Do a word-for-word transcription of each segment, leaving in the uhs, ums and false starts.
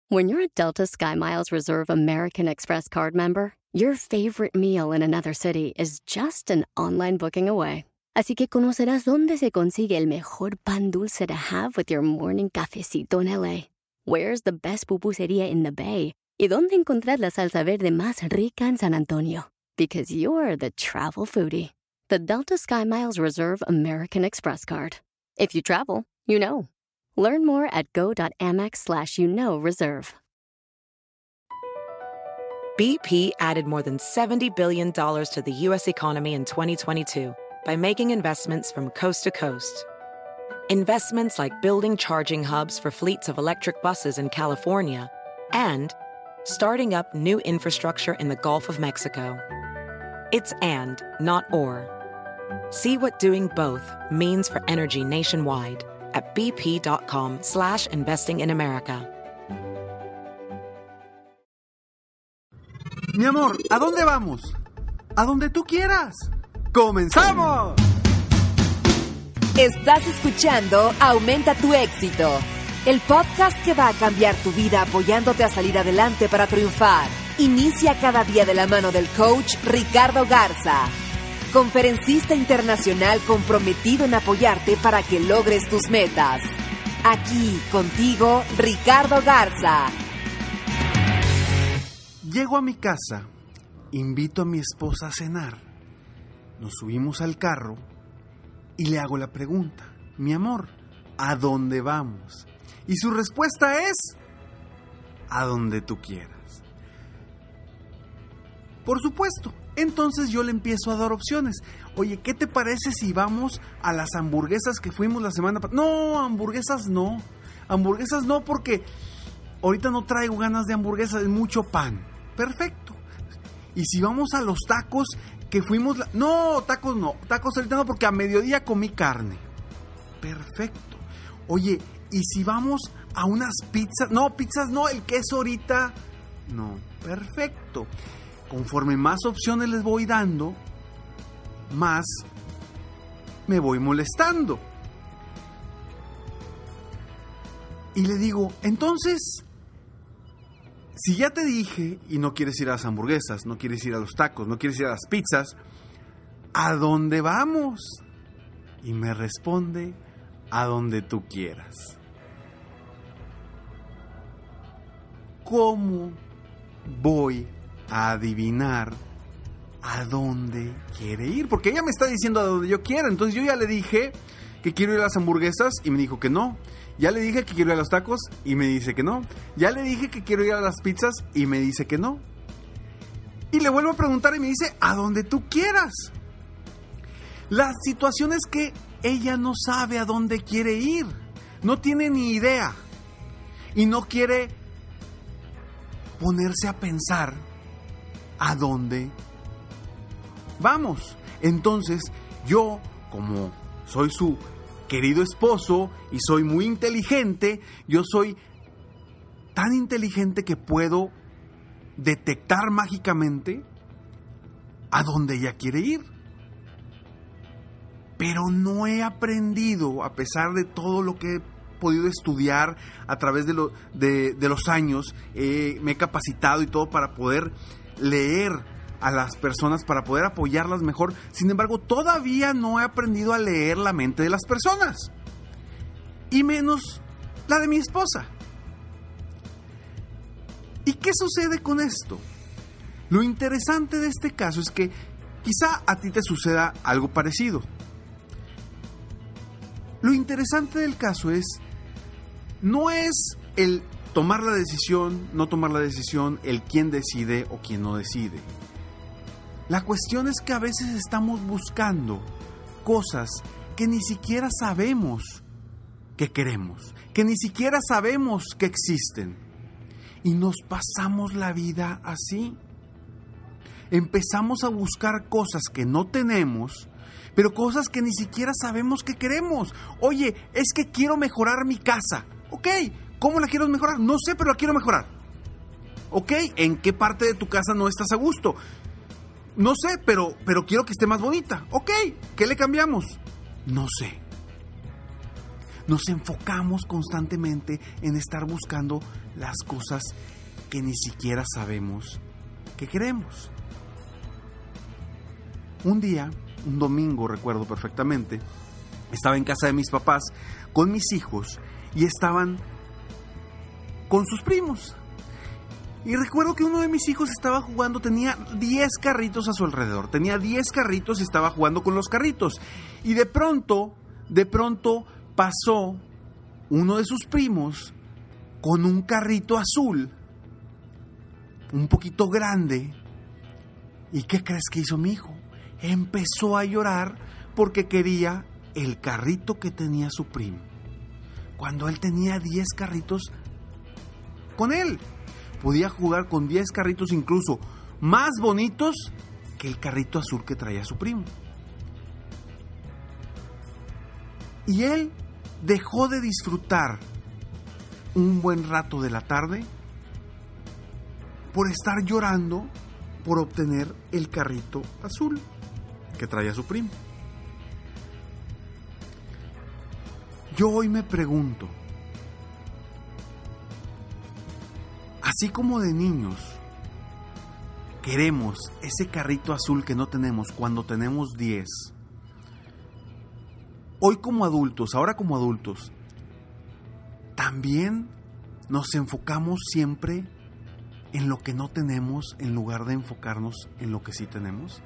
When you're a Delta SkyMiles Reserve American Express card member, your favorite meal in another city is just an online booking away. Así que conocerás dónde se consigue el mejor pan dulce to have with your morning cafecito en L A. Where's the best pupusería in the Bay? Y dónde encontrar la salsa verde más rica en San Antonio. Because you're the travel foodie. The Delta SkyMiles Reserve American Express card. If you travel, you know. Learn more at go.amex slash you know reserve. B P added more than seventy billion dollars to the U S economy in twenty twenty-two by making investments from coast to coast. Investments like building charging hubs for fleets of electric buses in California and starting up new infrastructure in the Gulf of Mexico. It's and, not or. See what doing both means for energy nationwide at bp.com slash investing in America. Mi amor, ¿a dónde vamos? A donde tú quieras. ¡Comenzamos! Estás escuchando Aumenta tu éxito, el podcast que va a cambiar tu vida apoyándote a salir adelante para triunfar. Inicia cada día de la mano del coach Ricardo Garza, conferencista internacional comprometido en apoyarte para que logres tus metas. Aquí contigo, Ricardo Garza. Llego a mi casa, invito a mi esposa a cenar, nos subimos al carro y le hago la pregunta: mi amor, ¿a dónde vamos? Y su respuesta es: a donde tú quieras. Por supuesto. Entonces yo le empiezo a dar opciones. Oye, ¿qué te parece si vamos a las hamburguesas que fuimos la semana pasada? No, hamburguesas no. Hamburguesas no, porque ahorita no traigo ganas de hamburguesas, es mucho pan. Perfecto. Y si vamos a los tacos que fuimos... La... No, tacos no. Tacos ahorita no, porque a mediodía comí carne. Perfecto. Oye, ¿y si vamos a unas pizzas? No, pizzas no, el queso ahorita... No, perfecto. Conforme más opciones les voy dando, más me voy molestando. Y le digo, entonces, si ya te dije y no quieres ir a las hamburguesas, no quieres ir a los tacos, no quieres ir a las pizzas, ¿a dónde vamos? Y me responde, a donde tú quieras. ¿Cómo voy a adivinar a dónde quiere ir? Porque ella me está diciendo a donde yo quiera. Entonces yo ya le dije que quiero ir a las hamburguesas y me dijo que no. Ya le dije que quiero ir a los tacos y me dice que no. Ya le dije que quiero ir a las pizzas y me dice que no. Y le vuelvo a preguntar y me dice, a donde tú quieras. La situación es que ella no sabe a dónde quiere ir. No tiene ni idea. Y no quiere ponerse a pensar a dónde vamos. Entonces, yo, como soy su querido esposo y soy muy inteligente, yo soy tan inteligente que puedo detectar mágicamente a dónde ella quiere ir. Pero no he aprendido, a pesar de todo lo que he podido estudiar a través de, lo, de, de los años, eh, me he capacitado y todo para poder leer a las personas, para poder apoyarlas mejor. Sin embargo, todavía no he aprendido a leer la mente de las personas, y menos la de mi esposa. ¿Y qué sucede con esto? Lo interesante de este caso es que quizá a ti te suceda algo parecido. Lo interesante del caso es, no es el tomar la decisión, no tomar la decisión, el quién decide o quién no decide. La cuestión es que a veces estamos buscando cosas que ni siquiera sabemos que queremos, que ni siquiera sabemos que existen. Y nos pasamos la vida así. Empezamos a buscar cosas que no tenemos, pero cosas que ni siquiera sabemos que queremos. Oye, es que quiero mejorar mi casa. Ok, ¿cómo la quiero mejorar? No sé, pero la quiero mejorar. Ok, ¿en qué parte de tu casa no estás a gusto? No sé, pero, pero quiero que esté más bonita. Ok, ¿qué le cambiamos? No sé. Nos enfocamos constantemente en estar buscando las cosas que ni siquiera sabemos que queremos. Un día, un domingo, recuerdo perfectamente, estaba en casa de mis papás con mis hijos y estaban con sus primos. Y recuerdo que uno de mis hijos estaba jugando, tenía diez carritos a su alrededor. Tenía diez carritos y estaba jugando con los carritos. Y de pronto, de pronto pasó uno de sus primos con un carrito azul, un poquito grande. ¿Y qué crees que hizo mi hijo? Empezó a llorar porque quería el carrito que tenía su primo, cuando él tenía diez carritos con él. Podía jugar con diez carritos incluso más bonitos que el carrito azul que traía su primo. Y él dejó de disfrutar un buen rato de la tarde por estar llorando por obtener el carrito azul que traía su primo. Yo hoy me pregunto, así como de niños queremos ese carrito azul que no tenemos cuando tenemos diez, hoy como adultos, ahora como adultos, también nos enfocamos siempre en lo que no tenemos en lugar de enfocarnos en lo que sí tenemos.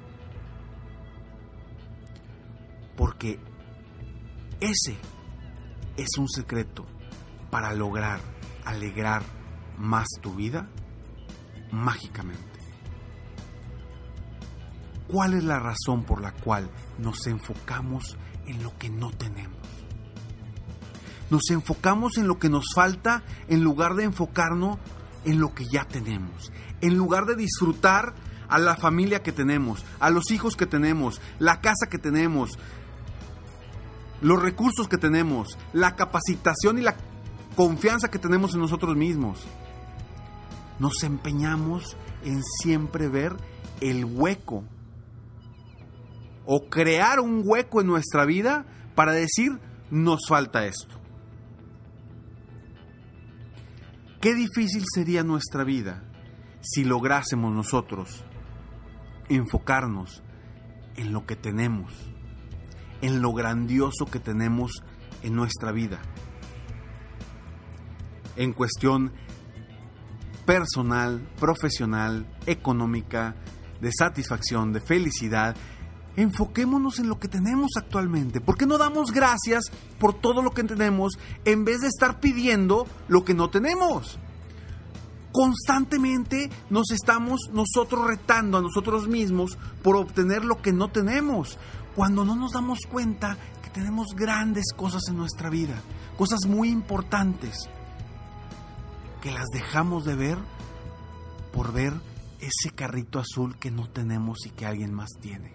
Porque ese es un secreto para lograr alegrar más tu vida mágicamente. ¿Cuál es la razón por la cual nos enfocamos en lo que no tenemos? Nos enfocamos en lo que nos falta en lugar de enfocarnos en lo que ya tenemos. En lugar de disfrutar a la familia que tenemos, a los hijos que tenemos, la casa que tenemos, los recursos que tenemos, la capacitación y la confianza que tenemos en nosotros mismos. Nos empeñamos en siempre ver el hueco o crear un hueco en nuestra vida para decir, nos falta esto. Qué difícil sería nuestra vida si lográsemos nosotros enfocarnos en lo que tenemos, en lo grandioso que tenemos en nuestra vida, en cuestión personal, profesional, económica, de satisfacción, de felicidad. Enfoquémonos en lo que tenemos actualmente. ¿Por qué no damos gracias por todo lo que tenemos en vez de estar pidiendo lo que no tenemos? Constantemente nos estamos nosotros retando a nosotros mismos por obtener lo que no tenemos, cuando no nos damos cuenta que tenemos grandes cosas en nuestra vida, cosas muy importantes, que las dejamos de ver por ver ese carrito azul que no tenemos y que alguien más tiene.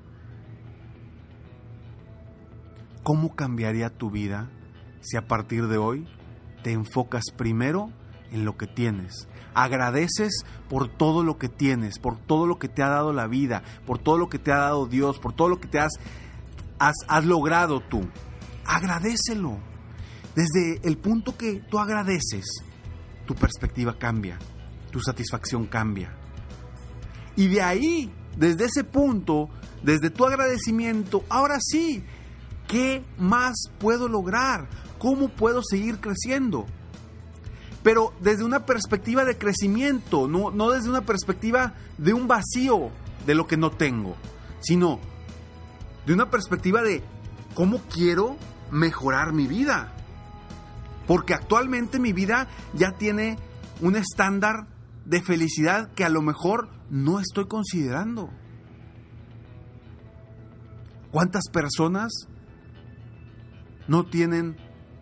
¿Cómo cambiaría tu vida si a partir de hoy te enfocas primero en lo que tienes? Agradeces por todo lo que tienes, por todo lo que te ha dado la vida, por todo lo que te ha dado Dios, por todo lo que te has, has, has logrado tú. Agradécelo. Desde el punto que tú agradeces, tu perspectiva cambia, tu satisfacción cambia. Y de ahí, desde ese punto, desde tu agradecimiento, ahora sí, ¿qué más puedo lograr? ¿Cómo puedo seguir creciendo? Pero desde una perspectiva de crecimiento, no, no desde una perspectiva de un vacío de lo que no tengo, sino de una perspectiva de cómo quiero mejorar mi vida. Porque actualmente mi vida ya tiene un estándar de felicidad que a lo mejor no estoy considerando. ¿Cuántas personas no tienen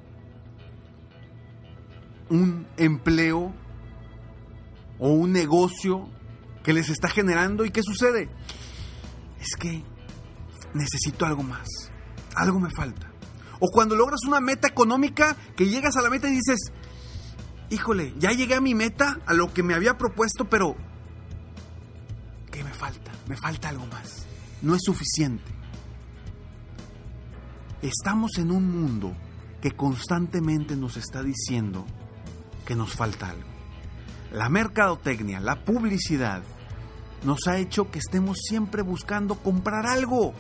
un empleo o un negocio que les está generando? ¿Y qué sucede? Es que necesito algo más, algo me falta. O cuando logras una meta económica, que llegas a la meta y dices, híjole, ya llegué a mi meta, a lo que me había propuesto, pero ¿qué me falta? Me falta algo más, no es suficiente. Estamos en un mundo que constantemente nos está diciendo que nos falta algo. La mercadotecnia, la publicidad, nos ha hecho que estemos siempre buscando comprar algo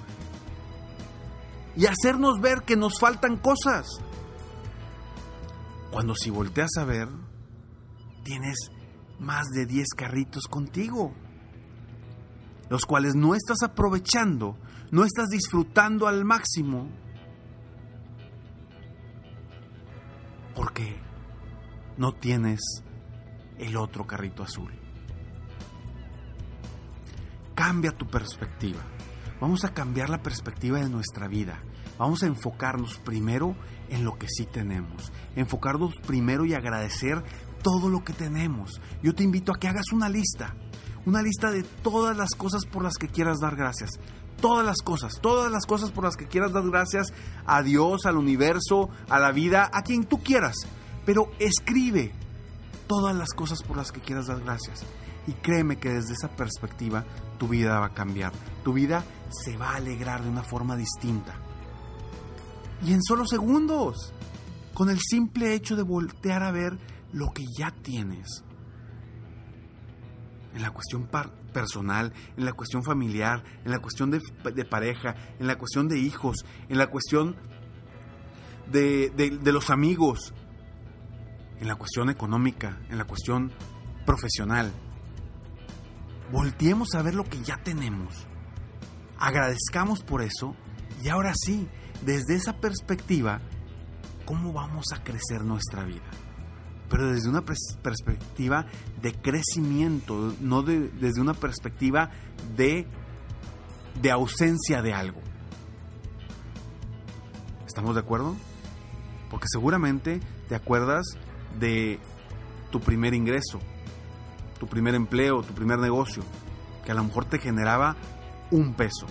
y hacernos ver que nos faltan cosas. Cuando si volteas a ver, tienes más de diez carritos contigo, los cuales no estás aprovechando, no estás disfrutando al máximo, porque no tienes el otro carrito azul. Cambia tu perspectiva. Vamos a cambiar la perspectiva de nuestra vida. Vamos a enfocarnos primero en lo que sí tenemos. Enfocarnos primero y agradecer todo lo que tenemos. Yo te invito a que hagas una lista. Una lista de todas las cosas por las que quieras dar gracias. Todas las cosas, todas las cosas por las que quieras dar gracias a Dios, al universo, a la vida, a quien tú quieras. Pero escribe todas las cosas por las que quieras dar gracias. Y créeme que desde esa perspectiva tu vida va a cambiar. Tu vida se va a alegrar de una forma distinta. Y en solo segundos, con el simple hecho de voltear a ver lo que ya tienes. En la cuestión par- personal, en la cuestión familiar, en la cuestión de, de pareja, en la cuestión de hijos, en la cuestión de, de, de los amigos, en la cuestión económica, en la cuestión profesional. Volteemos a ver lo que ya tenemos. Agradezcamos por eso y ahora sí, desde esa perspectiva, ¿cómo vamos a crecer nuestra vida? Pero desde una pers- perspectiva de crecimiento, no de, desde una perspectiva de, de ausencia de algo. ¿Estamos de acuerdo? Porque seguramente te acuerdas de tu primer ingreso, tu primer empleo, tu primer negocio, que a lo mejor te generaba un peso.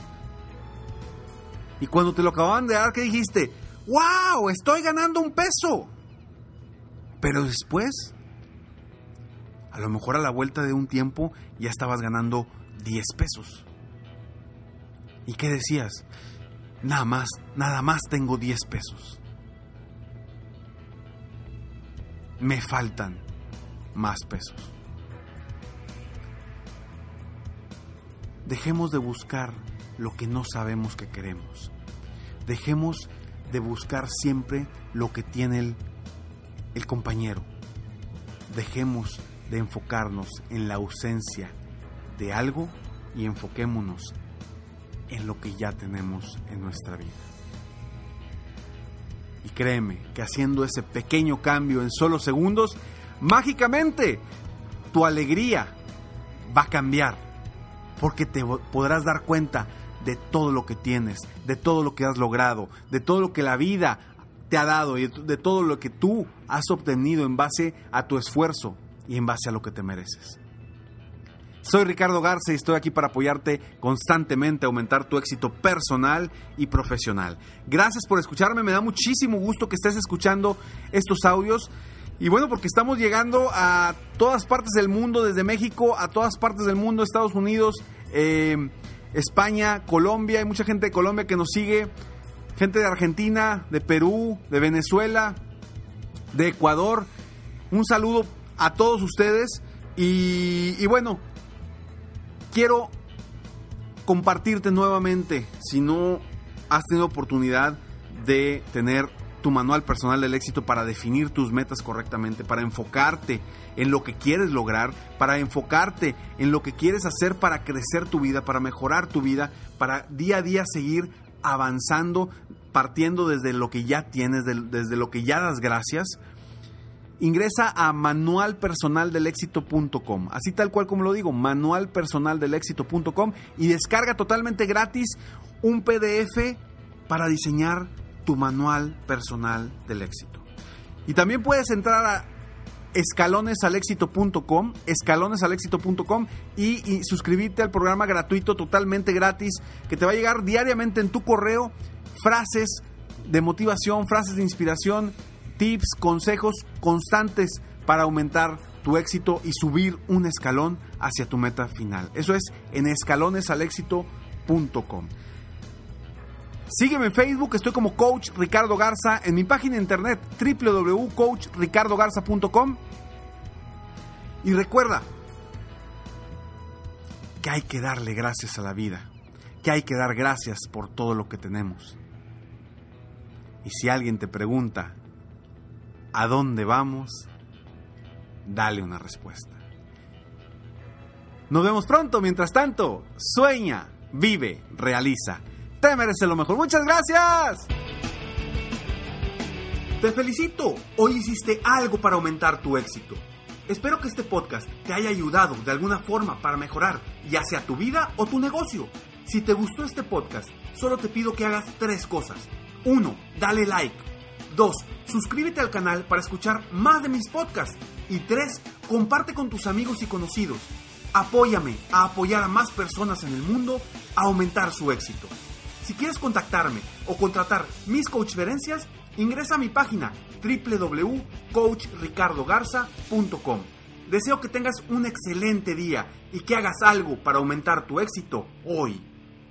Y cuando te lo acababan de dar, ¿qué dijiste? ¡Wow! ¡Estoy ganando un peso! Pero después, a lo mejor a la vuelta de un tiempo, ya estabas ganando diez pesos. ¿Y qué decías? Nada más, nada más tengo diez pesos. Me faltan más pesos. Dejemos de buscar lo que no sabemos que queremos. Dejemos de buscar siempre lo que tiene el, el compañero. Dejemos de enfocarnos en la ausencia de algo y enfoquémonos en lo que ya tenemos en nuestra vida. Y créeme que haciendo ese pequeño cambio en solo segundos, mágicamente tu alegría va a cambiar, porque te podrás dar cuenta de todo lo que tienes, de todo lo que has logrado, de todo lo que la vida te ha dado y de todo lo que tú has obtenido en base a tu esfuerzo y en base a lo que te mereces. Soy Ricardo Garza y estoy aquí para apoyarte constantemente a aumentar tu éxito personal y profesional. Gracias por escucharme, me da muchísimo gusto que estés escuchando estos audios. Y bueno, porque estamos llegando a todas partes del mundo, desde México a todas partes del mundo, Estados Unidos, eh, España, Colombia. Hay mucha gente de Colombia que nos sigue, gente de Argentina, de Perú, de Venezuela, de Ecuador. Un saludo a todos ustedes y, y bueno, quiero compartirte nuevamente, si no has tenido oportunidad de tener tu manual personal del éxito para definir tus metas correctamente, para enfocarte en lo que quieres lograr, para enfocarte en lo que quieres hacer para crecer tu vida, para mejorar tu vida, para día a día seguir avanzando, partiendo desde lo que ya tienes, desde lo que ya das gracias. Ingresa a manual personal del éxito punto com, así tal cual como lo digo, manual personal del éxito punto com, y descarga totalmente gratis un P D F para diseñar tu manual personal del éxito. Y también puedes entrar a escalones al éxito punto com, escalones al éxito punto com y, y suscribirte al programa gratuito totalmente gratis que te va a llegar diariamente en tu correo, frases de motivación, frases de inspiración, tips, consejos constantes para aumentar tu éxito y subir un escalón hacia tu meta final. Eso es en escalones al éxito punto com. Sígueme en Facebook, estoy como Coach Ricardo Garza, en mi página de internet doble u doble u doble u punto coach ricardo garza punto com. Y recuerda que hay que darle gracias a la vida, que hay que dar gracias por todo lo que tenemos. Y si alguien te pregunta ¿a dónde vamos?, dale una respuesta. Nos vemos pronto. Mientras tanto, sueña, vive, realiza. Te mereces lo mejor. ¡Muchas gracias! Te felicito. Hoy hiciste algo para aumentar tu éxito. Espero que este podcast te haya ayudado de alguna forma para mejorar, ya sea tu vida o tu negocio. Si te gustó este podcast, solo te pido que hagas tres cosas. Uno, dale like. Dos, suscríbete al canal para escuchar más de mis podcasts. Y tres, comparte con tus amigos y conocidos. Apóyame a apoyar a más personas en el mundo a aumentar su éxito. Si quieres contactarme o contratar mis coachferencias, ingresa a mi página doble u doble u doble u punto coach ricardo garza punto com. Deseo que tengas un excelente día y que hagas algo para aumentar tu éxito hoy.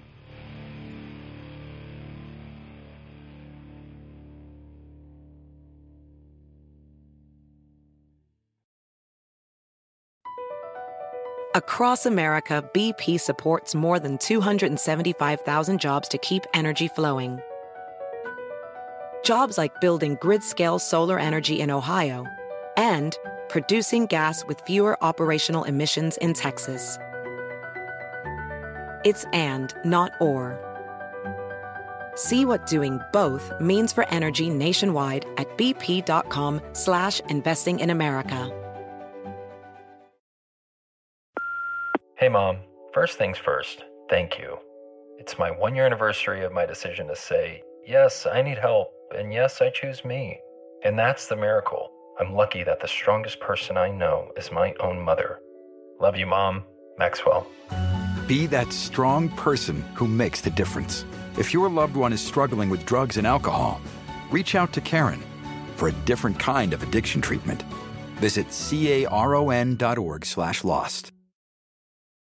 Across America, B P supports more than two hundred seventy-five thousand jobs to keep energy flowing. Jobs like building grid-scale solar energy in Ohio and producing gas with fewer operational emissions in Texas. It's and, not or. See what doing both means for energy nationwide at bp.com slash investing in America. Hey Mom, first things first, thank you. It's my one year anniversary of my decision to say, yes, I need help, and yes, I choose me. And that's the miracle. I'm lucky that the strongest person I know is my own mother. Love you, Mom. Maxwell. Be that strong person who makes the difference. If your loved one is struggling with drugs and alcohol, reach out to Caron for a different kind of addiction treatment. Visit caron dot org slash lost.